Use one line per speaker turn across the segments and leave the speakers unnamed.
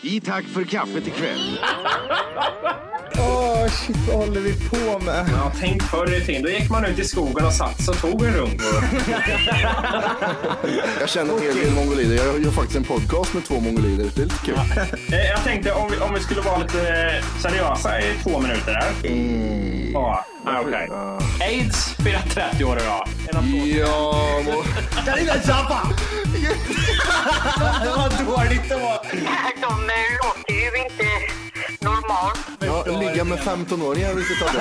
I tack för kaffet ikväll.
Shit, vad håller vi på med?
Ja, tänk förr i tiden. Då gick man ut i skogen och satt och tog en runk.
Jag känner en hel del mongolider. Jag gör faktiskt en podcast med 2 mongolider. Det är lite kul.
Jag tänkte om vi skulle vara lite seriösa i 2 minuter här. Ja, okej. AIDS firar 30 år idag.
Ja,
Kan inte zappa! Det var dåligt det var.
De låter ju inte normalt.
ja, ligga med 15-åringar riktigt av det.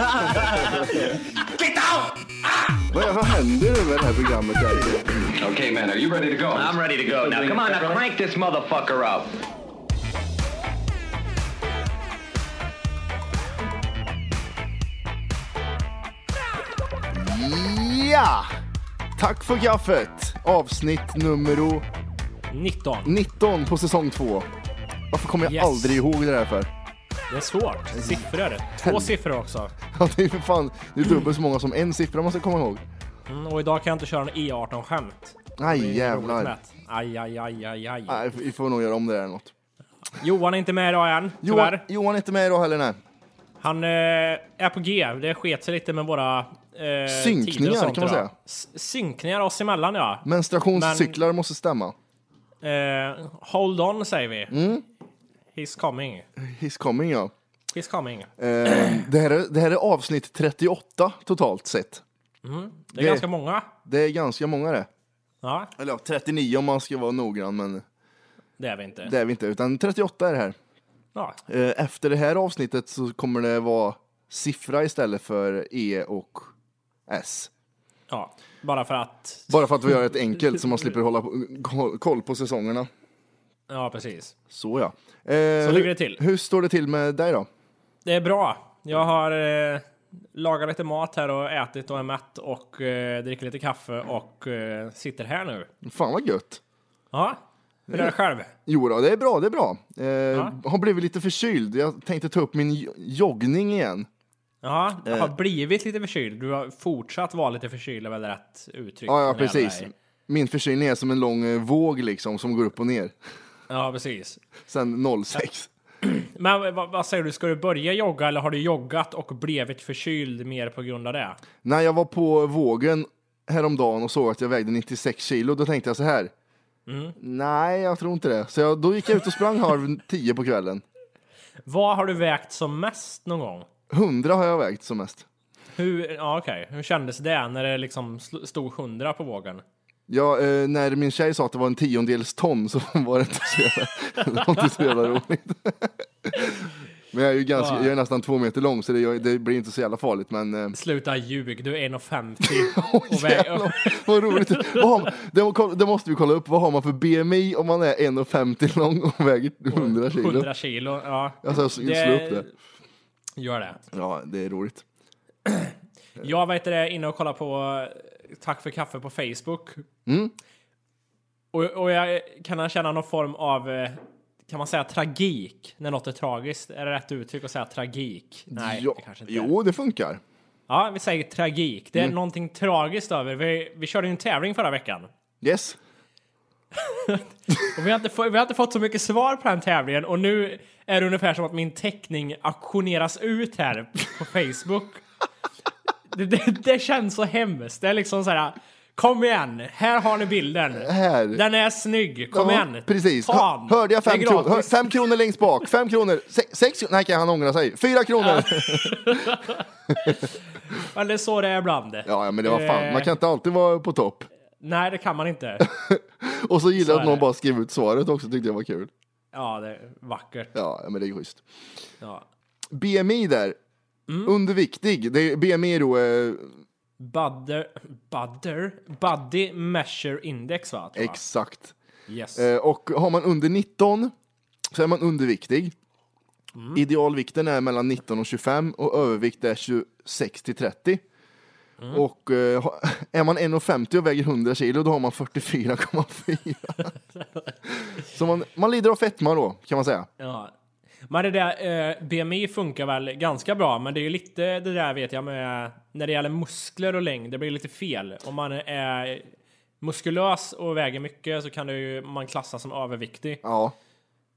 Get out!
Vad händer nu med det här programmet där?
Okay, man, are you ready to go?
I'm ready to go. Now, come on, now crank this motherfucker up.
Ja! Tack för kaffet. Avsnitt nummer 19 på säsong 2. Varför kommer jag aldrig ihåg det där för?
Det är svårt. Siffror. 2 siffror också.
Ja, det är för fan. Det är dubbelt så många som en siffra man ska komma ihåg.
Och idag kan jag inte köra en E18-skämt.
Aj, jävlar.
Aj.
Nej, vi får nog göra om det där något.
Johan är inte med idag än, tyvärr.
Johan är inte med idag heller, nej.
Han är på G. Det sket sig lite med våra
synkningar
sånt,
kan man säga.
Synkningar oss emellan, ja.
Menstruationscyklar måste stämma.
Hold on, säger vi. He's coming.
He's coming, ja.
He's coming.
Det här är avsnitt 38 totalt sett.
Det är ganska många.
Det är ganska många det.
Ja.
Eller ja, 39 om man ska vara noggrann, men
det är vi inte.
Det är vi inte, utan 38 är det här.
Ja.
Efter det här avsnittet så kommer det vara siffra istället för E och S.
Ja, bara för att
vi gör ett enkelt så man slipper hålla koll på säsongerna.
Ja, precis.
Så ja.
Så ligger det till.
Hur står det till med dig då?
Det är bra. Jag har lagat lite mat här och ätit och är mätt och dricker lite kaffe och sitter här nu.
Fan vad gött.
Ja, hur är det själv?
Jo då, det är bra. Har blivit lite förkyld. Jag tänkte ta upp min joggning igen.
Ja, jag har blivit lite förkyld. Du har fortsatt vara lite förkyld, är väl rätt uttryck?
Ja, precis. Min förkylning är som en lång våg liksom som går upp och ner.
Ja, precis.
Sen 06.
Men vad säger du? Ska du börja jogga eller har du joggat och blivit förkyld mer på grund av det?
När jag var på vågen häromdagen och såg att jag vägde 96 kilo, då tänkte jag så här. Nej, jag tror inte det. Så då gick jag ut och sprang 9:30 på kvällen.
Vad har du vägt som mest någon gång?
100 har jag vägt som mest.
Hur kändes det när det liksom stod 100 på vågen?
Ja, när min tjej sa att det var en 10/10 ton så var det inte så jävla roligt. Men jag är jag är nästan 2 meter lång så det blir inte så jävla farligt. Men,
Sluta ljug, du är
1,50. Vad roligt. Det måste vi kolla upp. Vad har man för BMI om man är 1,50 lång och väger 100 kilo?
100 kilo, ja.
Alltså, slå upp det.
Gör det.
Ja, det är roligt.
Jag vet det, inne och kolla på Tack för kaffe på Facebook. Och jag kan känna någon form av, kan man säga tragik när något är tragiskt? Är det rätt uttryck att säga tragik? Nej,
ja,
det kanske inte
jo, det funkar.
Ja, vi säger tragik. Det är någonting tragiskt över. Vi körde ju en tävling förra veckan.
Yes.
Och vi har inte fått så mycket svar på den tävlingen. Och nu är det ungefär som att min teckning auktioneras ut här på Facebook. Det känns så hemskt. Det är liksom så här: kom igen, här har ni bilden.
Här.
Den är snygg, kom igen.
Precis, hörde jag 5 kronor? 5 kronor längst bak, 5 kronor, 6 kronor, nej kan han ångra sig, 4 kronor.
Men det är så det är ibland.
Ja, men det var fan, man kan inte alltid vara på topp.
Nej, det kan man inte.
Och så gillar jag att någon bara skrev ut svaret också, tyckte jag var kul.
Ja, det är vackert.
Ja, men det är schysst.
Ja.
BMI där, underviktig, BMI är då...
Body Measure Index, va?
Exakt.
Yes.
Och har man under 19 så är man underviktig. Idealvikten är mellan 19 och 25 och övervikt är 26 till 30. Och är man 1,50 och väger 100 kilo då har man 44,4. Så man lider av fetma då, kan man säga.
Ja. Men det där BMI funkar väl ganska bra, men det är ju lite det där vet jag med när det gäller muskler och längd, det blir lite fel. Om man är muskulös och väger mycket så kan man klassa som överviktig.
Ja.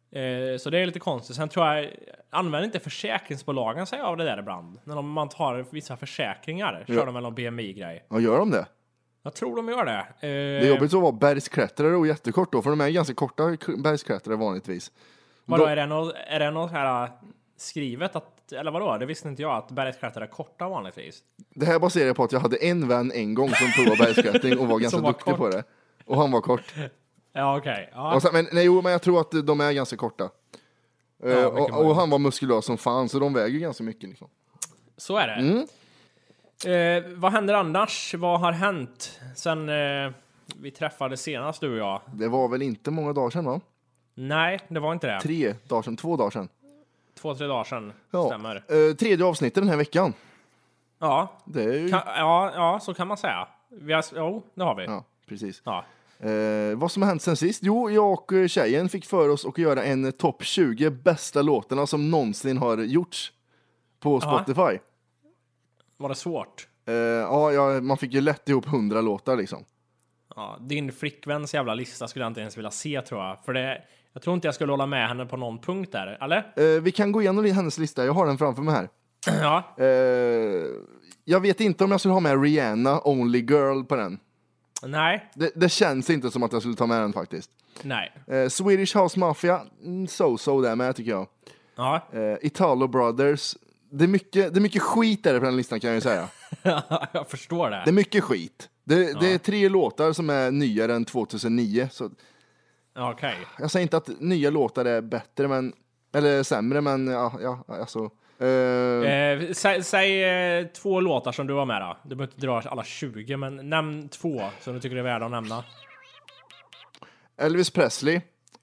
Så det är lite konstigt. Sen tror jag, använder inte försäkringsbolagen sig av det där ibland? När man tar vissa försäkringar, kör de väl någon BMI-grej?
Ja, gör de det?
Jag tror de gör det.
Det är jobbigt att vara bergsklättrare och jättekort då, för de är ganska korta bergsklättrare vanligtvis.
Vadå, är det något här skrivet att, eller vadå? Det visste inte jag, att bergsklättrare är korta vanligtvis.
Det här baserar jag på att jag hade en vän en gång som provade bergsklättring och var ganska
var
duktig
kort.
på det. Och han var kort.
Ja, okej. Ja.
Och sen, men jag tror att de är ganska korta.
mycket
Och han var muskulös som fan, så de väger ganska mycket liksom.
Så är det. Vad händer annars? Vad har hänt sen vi träffades senast, du och jag?
Det var väl inte många dagar sedan, va?
Nej, det var inte det.
3 dagar sedan, 2 dagar sedan.
2-3 dagar sedan,
Ja.
stämmer.
Tredje avsnittet den här veckan.
Ja,
Det är ju...
ja, så kan man säga. Jo, det har vi.
Ja, precis.
Ja.
Vad som har hänt sen sist? Jo, jag och tjejen fick för oss att göra en topp 20 bästa låtarna som någonsin har gjorts på Spotify.
Var det svårt?
Man fick ju lätt ihop 100 låtar liksom.
Ja, din flickväns jävla lista skulle jag inte ens vilja se, tror jag. För jag tror inte jag skulle hålla med henne på någon punkt där, eller?
Vi kan gå igenom hennes lista, jag har den framför mig här.
Ja.
Jag vet inte om jag skulle ha med Rihanna, Only Girl på den.
Nej.
Det känns inte som att jag skulle ta med den faktiskt.
Nej.
Swedish House Mafia, so där med tycker jag.
Ja.
Italo Brothers, det är mycket skit där på den listan, kan jag ju säga.
Jag förstår det.
Det är mycket skit. Det är 3 låtar som är nyare än 2009. Så
Okej.
jag säger inte att nya låtar är bättre, eller sämre, men alltså.
Säg 2 låtar som du var med då. Du behöver inte dra alla 20, men nämn 2 som du tycker är värda att nämna.
Elvis Presley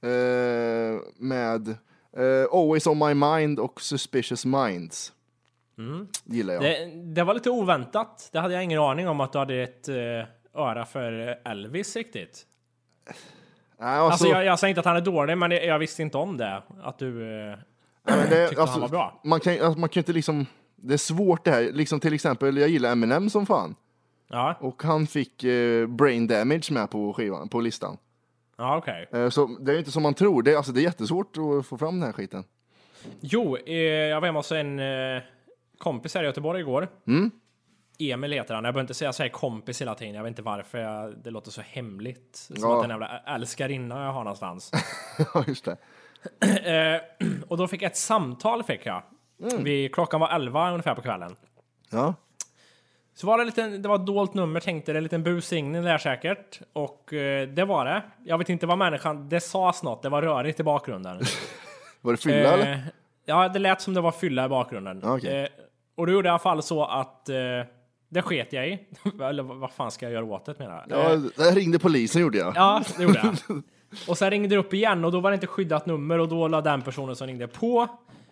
med Always On My Mind och Suspicious Minds. Gillar jag.
Det var lite oväntat. Det hade jag ingen aning om, att du hade ett öra för Elvis riktigt.
Nej,
Alltså jag säger inte att han är dålig, men jag visste inte om det. Att du tyckte han var bra.
Man kan inte liksom, det är svårt det här. Liksom till exempel, jag gillar Eminem som fan.
Ja,
Och han fick Brain Damage med på skivan, på listan.
ja, okej.
Så det är inte som man tror. Det är jättesvårt att få fram den här skiten.
Jo, jag var hemma hos en kompis här i Göteborg igår. Emil heter han. Jag behöver inte säga kompis hela tiden. Jag vet inte varför. Det låter så hemligt. Som att en jävla älskarinna jag har någonstans.
Ja, just det.
Och då fick jag ett samtal, fick jag. Klockan var 11 ungefär på kvällen.
Ja.
Så var det var ett dolt nummer, tänkte det, en liten busringning där säkert. Och det var det. Jag vet inte vad människan, det sades något, det var rörigt i bakgrunden.
Var det fylla eller?
Ja, det lät som det var fylla i bakgrunden.
Okay.
Och då gjorde jag i alla fall så att det sket jag i. Eller vad fan ska jag göra åt det, menar jag?
Ja, där ringde polisen, gjorde jag.
Ja, det gjorde jag. Och sen ringde det upp igen, och då var det inte skyddat nummer, och då la den personen som ringde på.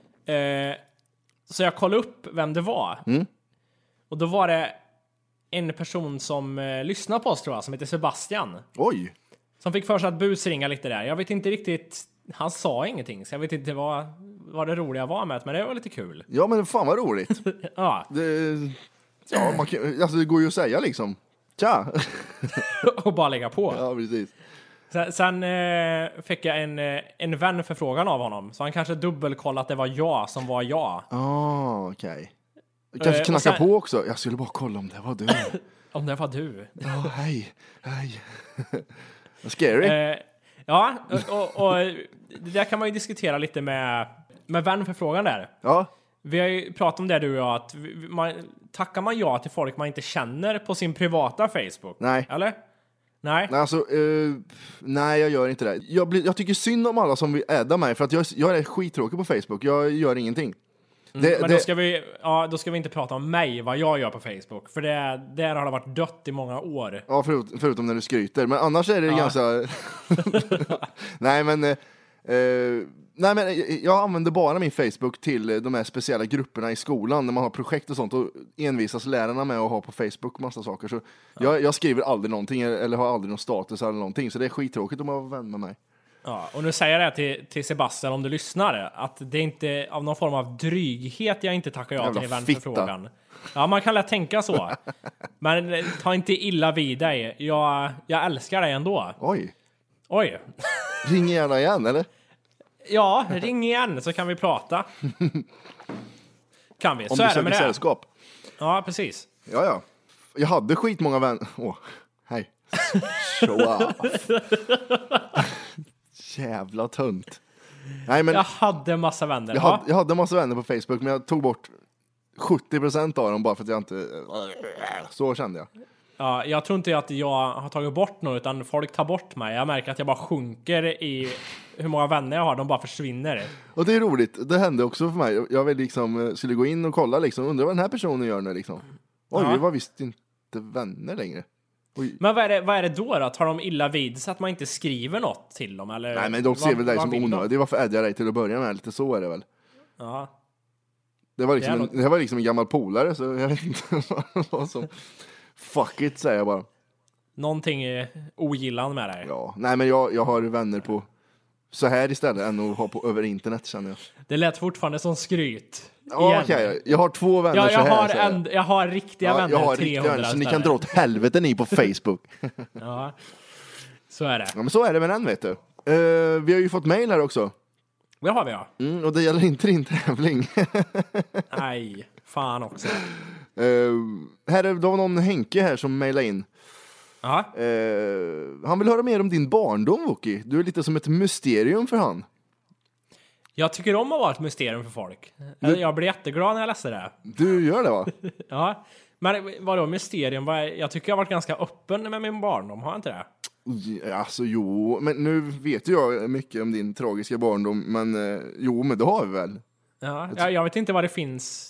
Så jag kollade upp vem det var. Och då var det en person som lyssnar på oss, tror jag, som heter Sebastian.
Oj!
Som fick för sig att busringa lite där. Jag vet inte riktigt, han sa ingenting, så jag vet inte vad det roliga var med det, men det var lite kul.
Ja, men fan vad roligt.
Ja.
Det går ju att säga liksom. Tja!
Och bara lägga på.
Ja, precis.
Sen fick jag en vänförfrågan av honom. Så han kanske dubbelkollade att det var jag som var jag.
Okej. Kanske knacka på också. Jag skulle bara kolla om det var du.
Om det var du.
Hej. Scary.
Ja, och det där kan man ju diskutera lite med vänförfrågan där.
Ja.
Vi har ju pratat om det, du och jag, att tackar man ja till folk man inte känner på sin privata Facebook?
Nej.
Eller? Nej.
Nej, alltså, nej, jag gör inte det. Jag tycker synd om alla som vill adda mig, för att jag är skittråkig på Facebook. Jag gör ingenting.
Men då ska vi inte prata om mig, vad jag gör på Facebook. För där har det varit dött i många år.
Ja, förutom när du skryter. Men annars är det ganska... Nej, men jag använder bara min Facebook till de här speciella grupperna i skolan när man har projekt och sånt, och envisas lärarna med att ha på Facebook massa saker. Så jag skriver aldrig någonting eller har aldrig någon status eller någonting, så det är skittråkigt om man var vän med mig.
Ja, och nu säger jag det till Sebastian, om du lyssnar, att det är inte av någon form av dryghet jag inte tackar ja till en vänförfrågan. Ja, man kan lätt tänka så. Men ta inte illa vid dig. Jag älskar dig ändå.
Oj.
Oj.
Ring gärna igen, eller?
Ja, ring igen så kan vi prata. Kan vi?
Om
Så
du
är det med
söker
det.
sällskap.
Ja, precis.
Ja. Jag hade skitmånga vänner. Hej. Show off. Jävla tunt. Nej, men
Jag hade massa vänner.
jag hade massa vänner på Facebook, men jag tog bort 70% av dem bara för att jag inte... Så kände jag.
Ja, jag tror inte att jag har tagit bort något, utan folk tar bort mig. Jag märker att jag bara sjunker i hur många vänner jag har. De bara försvinner.
Och det är roligt. Det hände också för mig. Jag vill liksom, skulle gå in och kolla liksom. Undrar vad den här personen gör nu liksom. Oj, vi var visst inte vänner längre. Oj.
Men vad är det då? Tar de illa vid så att man inte skriver något till dem? Eller
Nej, men de ser väl dig som
vill de?
onödig. Varför ädde jag dig till att börja med? Lite så är det väl.
Ja.
Det var liksom en gammal polare, så jag vet inte vad som... Fuck it, säger jag bara.
Någonting ogillande med dig.
Ja, nej, men jag har vänner på så här istället än att ha på över internet, känner jag.
Det lät fortfarande som skryt.
Ja, okej. Jag har 2 vänner
Ja,
så här.
jag har riktiga vänner.
Jag har
300
riktiga vänner, så ni kan
istället.
dra åt helvete ni på Facebook.
Ja, så är det.
Ja, men så är det med den, vet du. Vi har ju fått mejl här också.
Det har vi, ja.
Och det gäller inte din tävling.
Nej, fan också.
Här är då någon Henke här som mejlade in.
Ja.
Han vill höra mer om din barndom, Wookie. Du är lite som ett mysterium för han.
Jag tycker om att vara ett mysterium för folk. Jag blir jätteglad när jag läser det.
Du gör det, va?
Ja. Men vadå mysterium? Jag tycker jag har varit ganska öppen med min barndom, har jag inte det?
Alltså jo, men nu vet ju jag mycket om din tragiska barndom. Men jo, men det har vi väl.
Ja, jag vet inte vad det finns.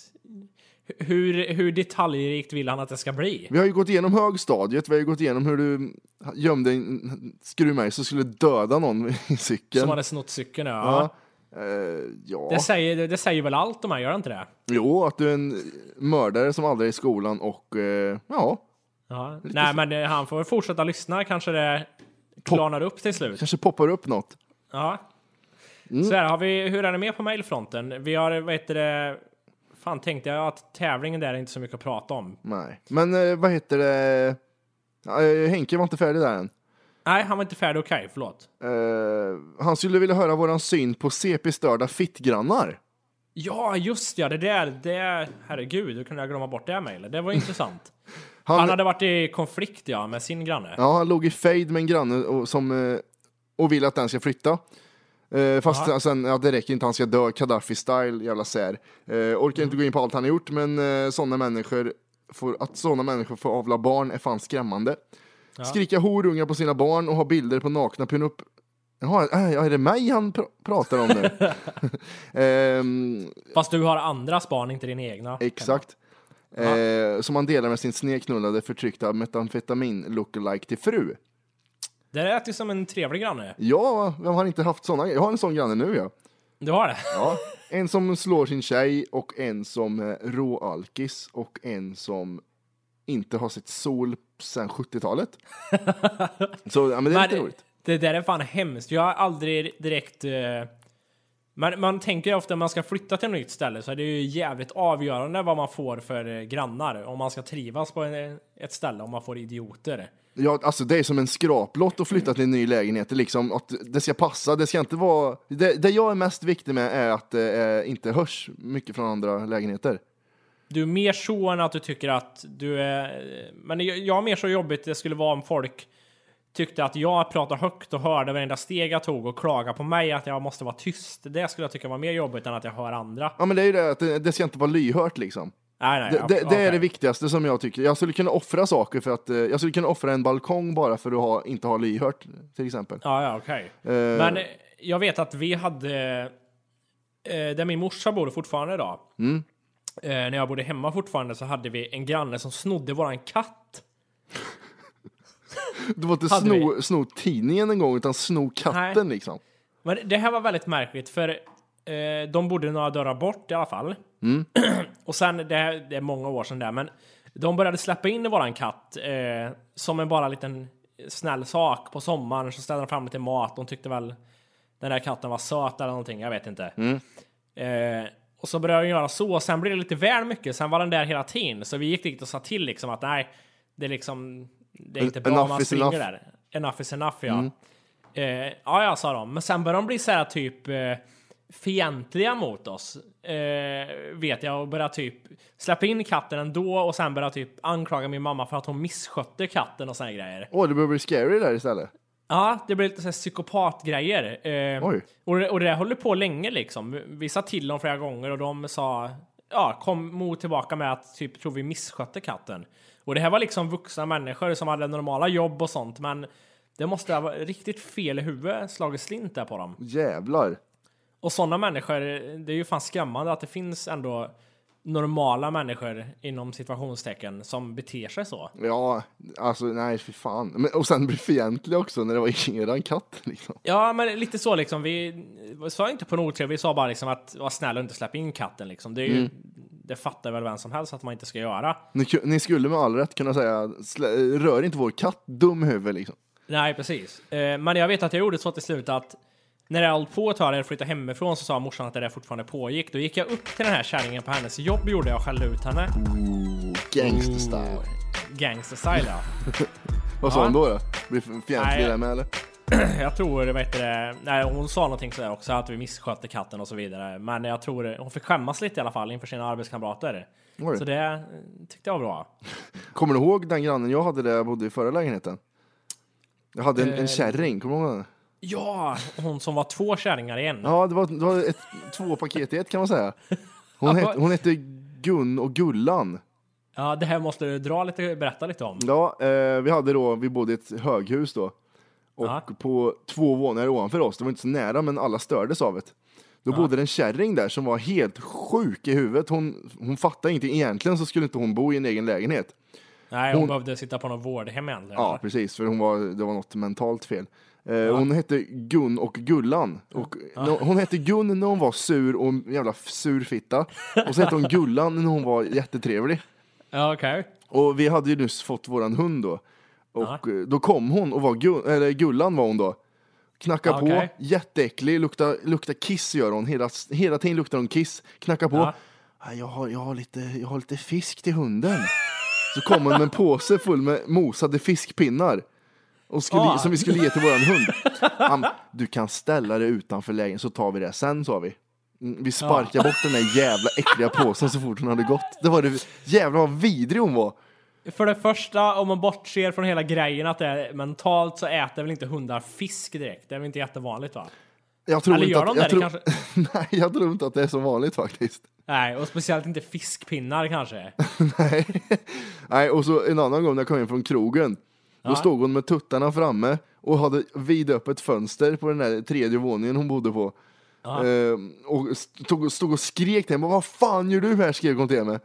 Hur detaljrikt vill han att det ska bli?
Vi har ju gått igenom högstadiet. Vi har ju gått igenom hur du gömde en skruvmejsel så skulle döda någon i cykeln.
Som hade snott cykeln, ja.
Ja.
Det säger väl allt om jag, gör det inte det?
Jo, att du är en mördare som aldrig är i skolan och ja.
Nej, men han får fortsätta lyssna. Kanske det klarnar upp till slut.
Kanske poppar upp något.
Ja. Så här, hur är det med på mailfronten? Vi har, vad heter det... Fan, tänkte jag att tävlingen där är inte så mycket att prata om.
Nej, men vad heter det? Henke var inte färdig där än.
Nej, han var inte färdig, okej, förlåt.
Han skulle vilja höra våran syn på CP-störda fittgrannar.
Ja, just ja, det herregud, hur kunde jag glömma bort det här mejlet? Det var intressant. Han hade varit i konflikt, ja, med sin granne.
Ja, han låg i fejd med en granne och vill att den ska flytta. Fast sen, det räcker inte, han ska dö Gaddafi-style, jävla sär. Orkar inte gå in på allt han har gjort, men sådana människor får avla barn är fan skrämmande. Skrika horungar på sina barn och ha bilder på nakna pinup. Jaha, är det mig han pratar om nu?
Fast du har andras barn, inte din egna.
Exakt. Som han delar med sin snedknullade förtryckta metamfetamin lookalike till fru.
Det lät ju som en trevlig granne.
Ja, vem har inte haft sådana? Jag har en sån granne nu, ja.
Du har det?
Ja. En som slår sin tjej och en som råalkis och en som inte har sett sol sedan 70-talet. Så ja, men det är lite roligt.
Det där är fan hemskt. Jag har aldrig direkt... Man tänker ju ofta att man ska flytta till ett nytt ställe, så är det ju jävligt avgörande vad man får för grannar. Om man ska trivas på ett ställe, om man får idioter.
Ja, alltså det är som en skraplott att flytta till en ny lägenhet. Liksom, att det ska passa, det ska inte vara... Det jag är mest viktig med är att det inte hörs mycket från andra lägenheter.
Du är mer så än att du tycker att du är... Men jag är mer så jobbigt det skulle vara om folk tyckte att jag pratar högt och hörde varenda steg jag tog och klaga på mig att jag måste vara tyst. Det skulle jag tycka var mer jobbigt än att jag hör andra.
Ja, men det är ju det att det ska inte vara lyhört liksom.
Nej,
det är det viktigaste som jag tycker. Jag skulle kunna offra saker för att jag skulle kunna offra en balkong bara för att inte ha lyhört till exempel.
Ja, okej. Men jag vet att vi hade där min morsa bor fortfarande idag. När jag bodde hemma fortfarande så hade vi en granne som snodde våran katt.
Det var inte sno tidningen en gång utan sno katten. Nej. Liksom.
Men det här var väldigt märkligt för de bodde några dörrar bort i alla fall. Och sen, det är många år sedan där, men de började släppa in i våran katt som en bara liten snäll sak på sommaren. Så ställde de fram lite mat. De tyckte väl den där katten var söt eller någonting, jag vet inte. Och så började de göra så, sen blev det lite väl mycket. Sen var den där hela tiden, så vi gick dit och sa till liksom att nej, det är liksom, det är inte bra om man springer där. Enough is enough, ja. Ja, sa de. Men sen började de bli så här typ fientliga mot oss. Vet jag, och började typ släppa in katten ändå och sen började typ anklaga min mamma för att hon misskötte katten och såna grejer.
Det börjar bli scary där istället.
Ja, det blir lite så här psykopatgrejer.
Oj.
Och det håller på länge liksom. Vi sa till dem flera gånger och de sa, kom mot tillbaka med att typ tror vi misskötte katten. Och det här var liksom vuxna människor som hade normala jobb och sånt, men det måste ha varit riktigt fel i huvudet, slagit slint där på dem.
Jävlar.
Och sådana människor, det är ju fan skrämmande att det finns ändå normala människor inom situationstecken som beter sig så.
Ja, alltså nej för fan. Men, och sen blir fientlig också när det var eran katt liksom.
Ja, men lite så liksom. Vi sa inte på något, vi sa bara liksom att var snäll och inte släppa in katten liksom. Det är ju, det fattar väl vem som helst att man inte ska göra.
Ni skulle med all rätt kunna säga rör inte vår katt, dum huvud liksom.
Nej, precis. Men jag vet att jag gjorde så till slut att när jag höll på att ta det och flytta hemifrån så sa morsan att det där fortfarande pågick. Då gick jag upp till den här kärringen på hennes jobb, gjorde jag och skällde ut henne.
Gangster style.
Gangster style, ja.
Vad sa hon då? Blir fientlig där med eller?
Jag tror, nej, hon sa någonting sådär också, att vi misskötte katten och så vidare. Men jag tror hon fick skämmas lite i alla fall inför sina arbetskamrater.
Oj.
Så det tyckte jag var bra.
Kommer du ihåg den grannen jag hade där jag bodde i förra lägenheten? Jag hade en kärring, kommer du ihåg den?
Ja, hon som var 2 kärringar igen.
Ja, det var 2 paket i ett kan man säga. Hon hette Gun och Gullan.
Ja, det här måste du berätta lite om.
Ja, vi bodde i ett höghus då. Och på 2 våningar ovanför oss, det var inte så nära men alla stördes av det. Då bodde det en kärring där som var helt sjuk i huvudet. Hon fattade inte, egentligen så skulle inte hon bo i en egen lägenhet.
Nej, hon behövde sitta på någon vårdhem egentligen.
Ja, precis, för det var något mentalt fel. Hon hette Gun och Gullan. Och hon hette Gun när hon var sur och jävla surfitta. Och så hette hon Gullan när hon var jättetrevlig.
Ja, okej.
Och vi hade ju nyss fått våran hund då. Och då kom hon och var Gullan var hon då. Knackade på, jätteäcklig, lukta kiss gör hon. Hela tiden luktar hon kiss. Knackar på. Jag har lite fisk till hunden. Så kom hon med en påse full med mosade fiskpinnar. Och som vi skulle ge till våran hund. Du kan ställa det utanför lägen så tar vi det sen, sa vi. Vi sparkar bort den där jävla äckliga påsen så fort hon hade gått. Det var det jävla vad vidrig hon var.
För det första, om man bortser från hela grejen att det är mentalt, så äter väl inte hundar fisk direkt. Det är väl inte jättevanligt, va?
Jag tror
eller
inte
gör de det kanske?
Nej, jag tror inte att det är så vanligt faktiskt.
Nej, och speciellt inte fiskpinnar kanske.
Nej, och så en annan gång när jag kom in från krogen. Då stod hon med tuttarna framme och hade vid upp ett fönster på den där 3:e våningen hon bodde på. Och stod och skrek till mig. Vad fan gör du här, skrek hon till mig.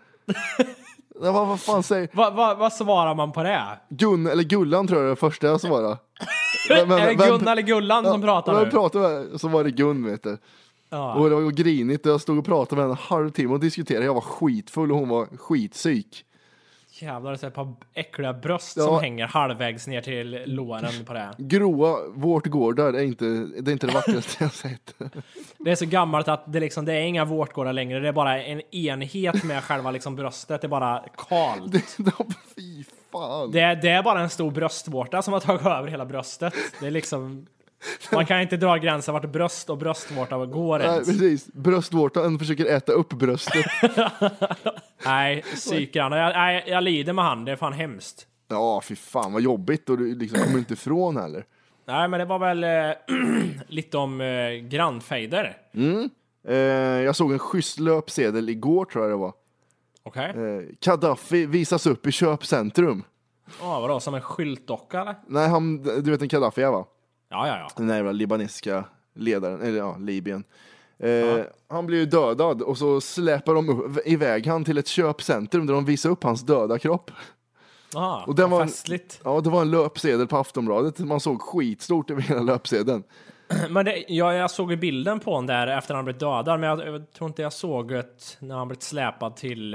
Vad fan säger...
Vad svarar man på det?
Gun eller Gullan tror jag det första jag svarade.
Är det Gun eller Gullan som pratar nu?
Pratade, så var det Gun, vet du. Och det var grinigt. Jag stod och pratade med henne en halvtimme och diskuterade. Jag var skitfull och hon var skitsyk.
Jävlar, det är ett par äckliga bröst som hänger halvvägs ner till låren på det.
Gråa vårtgårdar är inte det vackraste jag sett.
Det är så gammalt att det är inga vårtgårdar längre. Det är bara en enhet med själva liksom bröstet. Det är bara kalt.
Fy fan.
Det är bara en stor bröstvårta som har tagit över hela bröstet. Det är liksom... Man kan inte dra gränsen vart bröst och bröstvårta går.
Nej, precis. Bröstvårtan försöker äta upp bröstet.
Nej, psykan. Jag lider med han. Det är fan hemskt.
Ja, fy fan vad jobbigt. Och du liksom kommer inte ifrån heller.
Nej, men det var väl lite om grannfejder.
Jag såg en schysst löpsedel igår, tror jag det var.
Okej.
Gaddafi visas upp i köpcentrum.
Vadå? Som en skyltdocka, eller?
Nej, du vet en Gaddafi, va?
Ja.
Den där jävla libanesiska ledaren, eller Libyen. Han blir ju dödad och så släpar de iväg han till ett köpcentrum där de visar upp hans döda kropp.
Och det var festligt.
Det var en löpsedel på Aftonbladet. Man såg skitstort över hela löpsedeln.
Men jag såg ju bilden på honom där efter han blev dödad, men jag tror inte jag såg det när han blev släpad till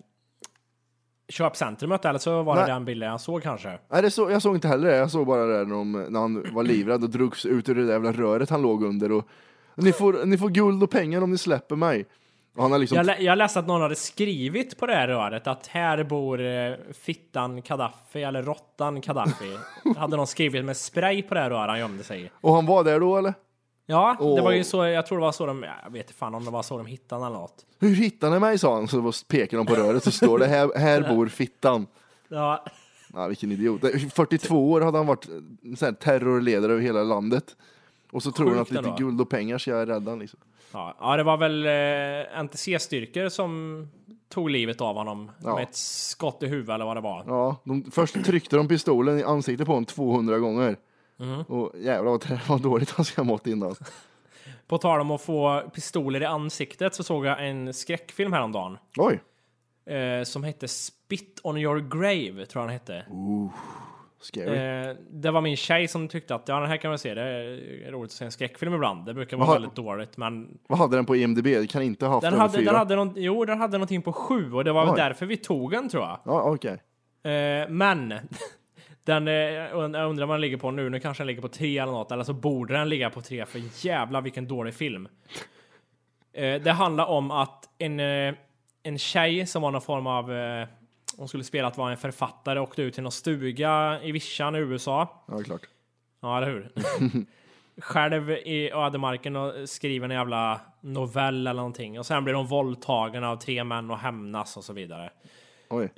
köpcentrumet, eller så var det den bilden jag såg kanske. Nej,
jag såg inte heller det. Jag såg bara det när han var livrädd och drogs ut ur det där jävla röret han låg under. Och ni får guld och pengar om ni släpper mig. Och han har liksom...
Jag läste att någon hade skrivit på det här röret att här bor fittan Gaddafi eller råttan Gaddafi. Hade någon skrivit med spray på det här röret han gömde sig i.
Och han var där då, eller?
Ja, det var ju så, jag tror det var så jag vet inte fan om det var så de hittade eller något.
Hur hittade ni mig, sa han. Så pekar de på röret så står det här bor fittan.
Ja.
Ja, vilken idiot. 42 år hade han varit så här terrorledare över hela landet. Och så tror han att lite guld och pengar ska jag rädda liksom.
Ja, det var väl NTC-styrkor som tog livet av honom med ett skott i huvudet eller vad det var.
Ja, först tryckte de pistolen i ansiktet på honom 200 gånger. Och jävlar vad dåligt han ska ha mått innan.
På tal om att få pistoler i ansiktet så såg jag en skräckfilm häromdagen.
Oj.
Som hette Spit on your grave, tror jag han hette.
Scary.
Det var min tjej som tyckte att den här kan man se, det är roligt att se en skräckfilm ibland. Det brukar vara väldigt dåligt, men...
Vad hade den på IMDb? Det kan inte ha haft
den
över 4.
Den hade någonting på 7 och det var väl därför vi tog den, tror jag.
Ja, okej.
Men den, jag undrar vad den ligger på nu. Nu kanske den ligger på 3 eller något, eller så borde den ligga på 3, för jävla vilken dålig film. Det handlar om att en tjej som var någon form av... hon skulle spela att vara en författare och åkte ut till någon stuga i Vischan i USA.
Ja, klart.
Ja, eller hur? Själv i ödemarken och skriver en jävla novell eller någonting. Och sen blir de våldtagen av 3 män och hämnas och så vidare.
Oj.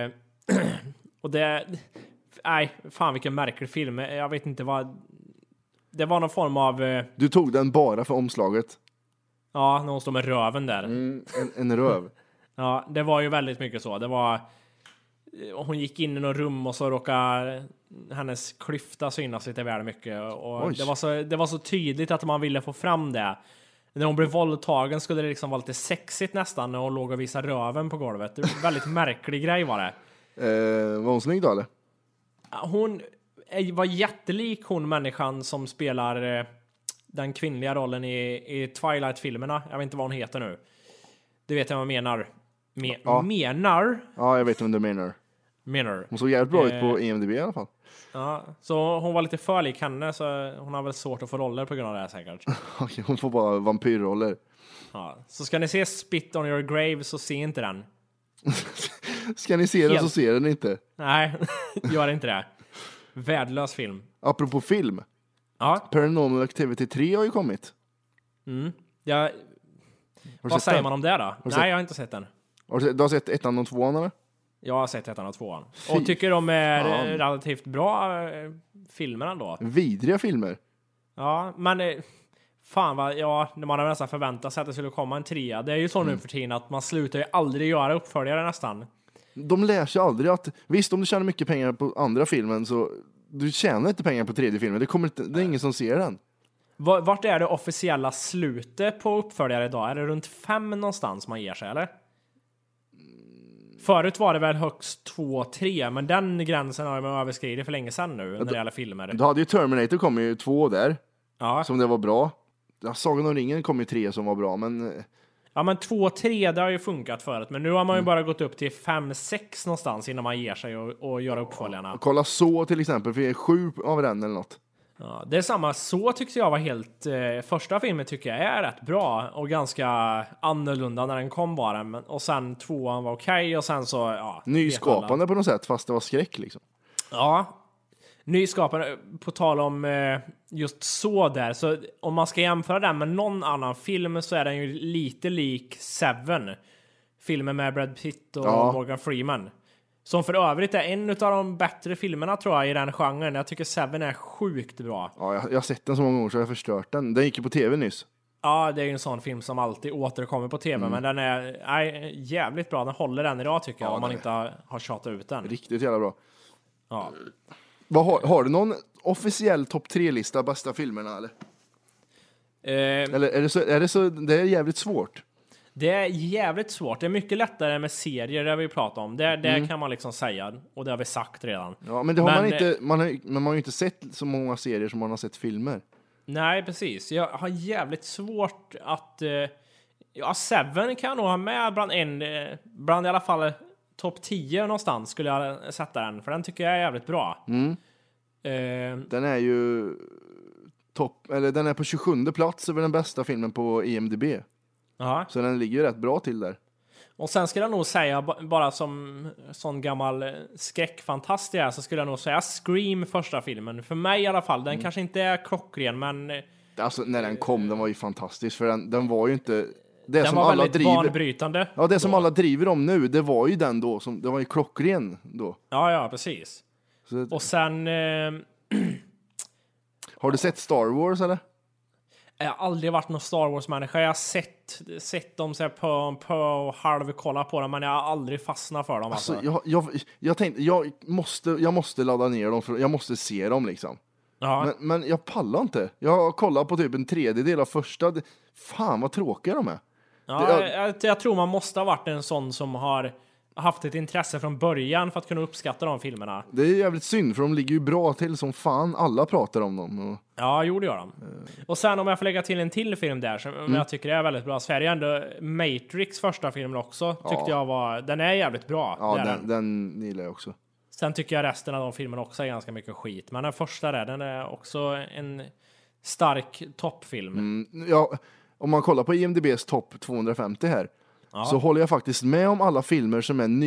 Och det... Nej, fan vilken märklig film. Jag vet inte vad... Det var någon form av...
Du tog den bara för omslaget?
Ja, när hon står med röven där.
En röv.
Ja, det var ju väldigt mycket så. Det var... Hon gick in i något rum och så råkade hennes klyfta synas lite väl mycket. Och det var så tydligt att man ville få fram det. När hon blev våldtagen skulle det liksom vara lite sexigt nästan när hon låg och visade röven på golvet. Det var en väldigt märklig grej var det.
Var hon snygg då, eller?
Hon var jättelik hon människan som spelar den kvinnliga rollen i Twilight-filmerna. Jag vet inte vad hon heter nu. Det vet jag vad jag menar. Menar?
Ja, jag vet vad du menar. Hon såg jävligt bra ut på IMDb i alla fall.
Ja, så hon var lite för lik henne, så hon har väl svårt att få roller på grund av det här säkert.
Okej, hon får bara vampyrroller.
Ja, så ska ni se Spit on your grave så se inte den.
Ska ni se den så ser den inte.
Nej, gör inte det. Värdelös film.
Apropå film.
Ja.
Paranormal Activity 3 har ju kommit.
Vad säger man om det då? Nej, jag har inte sett den.
Du har sett 1 och 2 eller?
Jag har sett 1 och 2. Och tycker de är relativt bra filmerna då.
Vidriga filmer.
Ja, men fan vad, man har nästan förväntat sig att det skulle komma en 3. Det är ju så nu för tiden att man slutar ju aldrig göra uppföljare nästan.
De lär sig aldrig att, visst om du tjänar mycket pengar på andra filmen så du tjänar inte pengar på tredje filmen. Det är ingen som ser den.
Vart är det officiella slutet på uppföljare idag? Är det runt 5 någonstans man ger sig, eller? Förut var det väl högst 2-3, men den gränsen har man överskridit för länge sedan nu när det gäller filmer.
Du hade ju Terminator kom ju 2 där.
Ja.
Som det var bra. Sagan om ringen kom ju 3 som var bra, men...
Ja, men 2-3 det har ju funkat förut, men nu har man ju bara gått upp till 5-6 någonstans innan man ger sig och gör uppföljarna.
Och kolla så till exempel, för det är 7 av den eller något.
Ja, det är samma. Så tyckte jag var helt... första filmen tycker jag är rätt bra och ganska annorlunda när den kom bara. Och sen 2 var okej och sen så... Ja,
nyskapande på något sätt, fast det var skräck liksom.
Ja, nyskapande. På tal om just så där. Så om man ska jämföra den med någon annan film så är den ju lite lik Seven. Filmen med Brad Pitt och Morgan Freeman. Som för övrigt är en av de bättre filmerna tror jag i den genren. Jag tycker Seven är sjukt bra.
Ja, jag har sett den så många gånger så jag har förstört den. Den gick ju på tv nyss.
Ja, det är ju en sån film som alltid återkommer på tv. Men den är jävligt bra. Den håller den idag tycker jag. Om man inte har tjatat ut den.
Riktigt jävla bra.
Ja.
Har du någon officiell topp 3-lista bästa filmerna eller? Eller är det jävligt svårt?
Det är jävligt svårt. Det är mycket lättare med serier där vi pratar om. Det kan man liksom säga. Och det har vi sagt redan.
Ja, men det har man inte. Man har ju inte sett så många serier som man har sett filmer.
Nej, precis. Jag har jävligt svårt att... Seven kan jag nog ha med bland i alla fall topp 10 någonstans skulle jag sätta den. För den tycker jag är jävligt bra.
Den är ju den är på 27:e plats över den bästa filmen på IMDb.
Ja.
Så den ligger ju rätt bra till där.
Och sen skulle jag nog säga, bara som sån gammal skräckfantast jag är, så skulle jag nog säga Scream, första filmen. För mig i alla fall, den kanske inte är klockren, men...
Alltså när den kom, den var ju fantastisk. För den var ju inte... Det
den
som
var
alla
väldigt banbrytande.
Ja, det som
då.
alla driver om nu, det var ju den då. Det var ju klockren då.
Ja, precis.
Så,
Och sen...
har du sett Star Wars eller?
Jag har aldrig varit någon Star Wars-människa. Jag har sett dem så här på halvkolla på dem, men jag har aldrig fastnat för dem.
Alltså, jag tänkte, jag måste ladda ner dem, för jag måste se dem liksom.
Ja.
Men jag pallar inte. Jag kollar på typ en tredjedel av första. Fan vad tråkiga de är.
Ja, jag tror man måste ha varit en sån som har haft ett intresse från början för att kunna uppskatta de filmerna.
Det är jävligt synd, för de ligger ju bra till som fan. Alla pratar om dem.
Ja, det gör de. Och sen om jag får lägga till en till film där som jag tycker är väldigt bra, så är det ändå Matrix första filmen också. Tyckte jag var... Den är jävligt bra.
Ja, den gillar jag också.
Sen tycker jag resten av de filmerna också är ganska mycket skit. Men den första där, den är också en stark toppfilm.
Ja, om man kollar på IMDb:s topp 250 här, så håller jag faktiskt med om alla filmer som är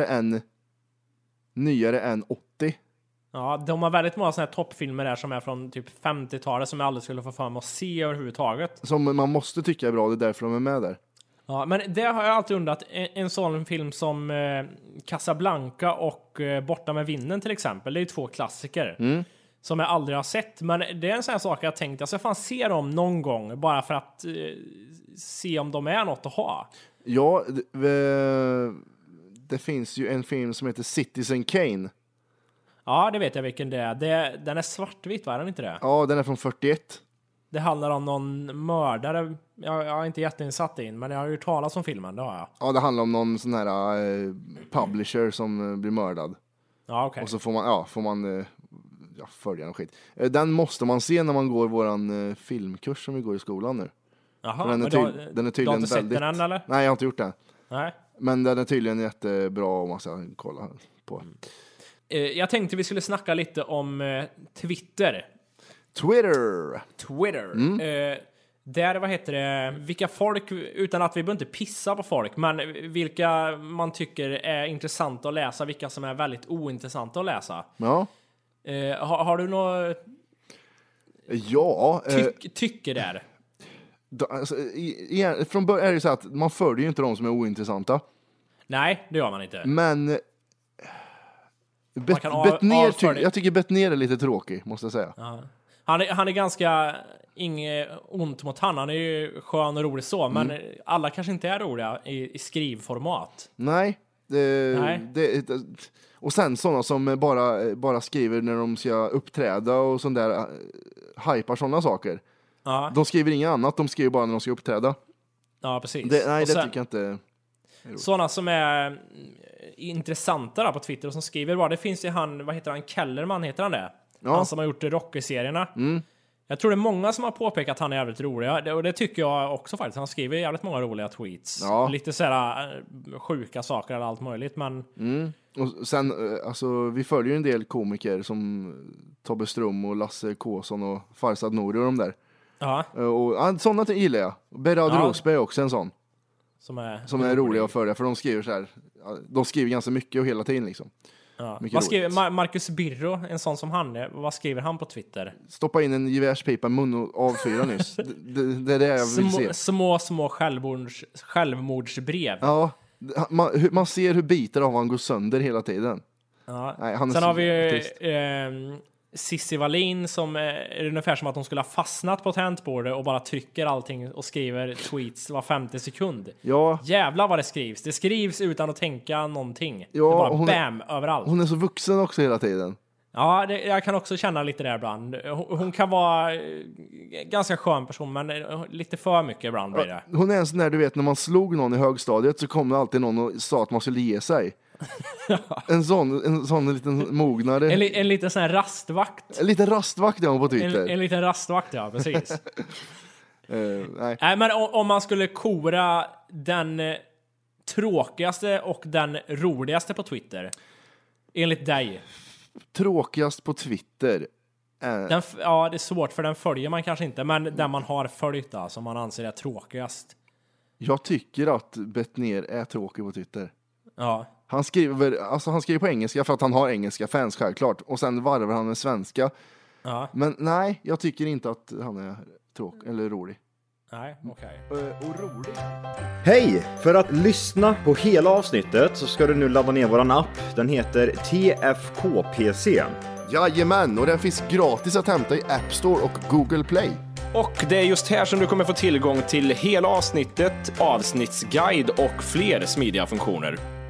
nyare än 80.
Ja, de har väldigt många sådana här toppfilmer där som är från typ 50-talet som jag aldrig skulle få för mig att se överhuvudtaget.
Som man måste tycka är bra, det är därför de är med där.
Ja, men det har jag alltid undrat. En sån film som Casablanca och Borta med vinden till exempel, det är 2 klassiker. Som jag aldrig har sett, men det är en sån här sak jag tänkt, alltså jag fan ser dem någon gång bara för att se om de är något att ha.
Ja, det finns ju en film som heter Citizen Kane.
Ja, det vet jag vilken det är. Den är svartvit, var den inte det?
Ja, den är från 41.
Det handlar om någon mördare. Jag har inte jätteinsatt in, men jag har ju talat om filmen, det har jag.
Ja, det handlar om någon sån här publisher som blir mördad.
Ja, okej.
Och så får man följa den skit. Den måste man se när man går våran filmkurs som vi går i skolan nu.
Jaha,
den är
du har inte
väldigt...
sett den än, eller?
Nej, jag har inte gjort det.
Nej.
Men den är tydligen jättebra om man ska kolla på.
Jag tänkte vi skulle snacka lite om Twitter. Där, vad heter det, vilka folk, utan att vi behöver inte pissa på folk, men vilka man tycker är intressanta att läsa, vilka som är väldigt ointressanta att läsa.
Ja.
Har du något tycke där?
Alltså, från början är det så att man följer ju inte de som är ointressanta.
Nej, det gör man inte.
Men jag tycker Bettner är lite tråkig, måste jag säga.
Ja. Han är ganska inget ont mot han är ju skön och rolig så, men alla kanske inte är roliga i skrivformat.
Nej. Och sen sådana som bara skriver när de ska uppträda och sånt där, hypar sådana saker.
Ja.
De skriver inget annat, de skriver bara när de ska uppträda.
Ja, precis.
Det tycker jag inte.
Sådana som är intressanta där på Twitter och som skriver bara, det finns ju vad heter han, Kellerman heter han det? Ja. Han som har gjort Rocky-serierna. Jag tror det är många som har påpekat att han är jävligt rolig. Och det tycker jag också faktiskt. Han skriver jävligt många roliga tweets. Ja. Lite sådär sjuka saker eller allt möjligt. Men...
Och sen, alltså, vi följer ju en del komiker som Tobbe Strum och Lasse Kåsson och Farsad Nori och de där.
Ja.
Och sådana gillar jag. Berard Rosberg är också en sån. Som är roliga att följa. För de skriver så här. De skriver ganska mycket och hela tiden liksom.
Ja. Vad skriver Marcus Birro, en sån som han är, vad skriver han på Twitter?
Stoppa in en gevärspipa i mun och avfyra nyss. Det är det jag vill se.
Små självmordsbrev.
Ja, man ser hur bitar av han går sönder hela tiden.
Ja.
Nej, han är
sen har vi ju Cissi Wallin som är ungefär som att de skulle ha fastnat på tangentbordet och bara trycker allting och skriver tweets var 50 sekund.
Ja.
Jävlar vad det skrivs. Det skrivs utan att tänka någonting.
Ja,
det är bara bam överallt.
Hon är så vuxen också hela tiden.
Ja, jag kan också känna lite där ibland. Hon kan vara ganska skön person, men lite för mycket ibland blir det.
Hon är en sån där, du vet, när man slog någon i högstadiet så kom det alltid någon och sa att man skulle ge sig. En sån liten mognare.
En liten sån här rastvakt.
En liten rastvakt är hon på Twitter.
En liten rastvakt, ja, precis.
Nej,
men om man skulle kora den tråkigaste och den roligaste på Twitter, enligt dig?
Tråkigast på Twitter?
Ja, det är svårt för den följer man kanske inte, men den man har följt som man anser är tråkigast.
Jag tycker att Bettner är tråkig på Twitter.
Ja.
Han skriver på engelska för att han har engelska fans, självklart. Och sen varvar han med svenska.
Ja.
Men nej, jag tycker inte att han är tråkig eller rolig.
Nej, okej.
Och rolig.
Hej! För att lyssna på hela avsnittet så ska du nu ladda ner våran app. Den heter TFKPC.
Jajamän, och den finns gratis att hämta i App Store och Google Play.
Och det är just här som du kommer få tillgång till hela avsnittet, avsnittsguide och fler smidiga funktioner.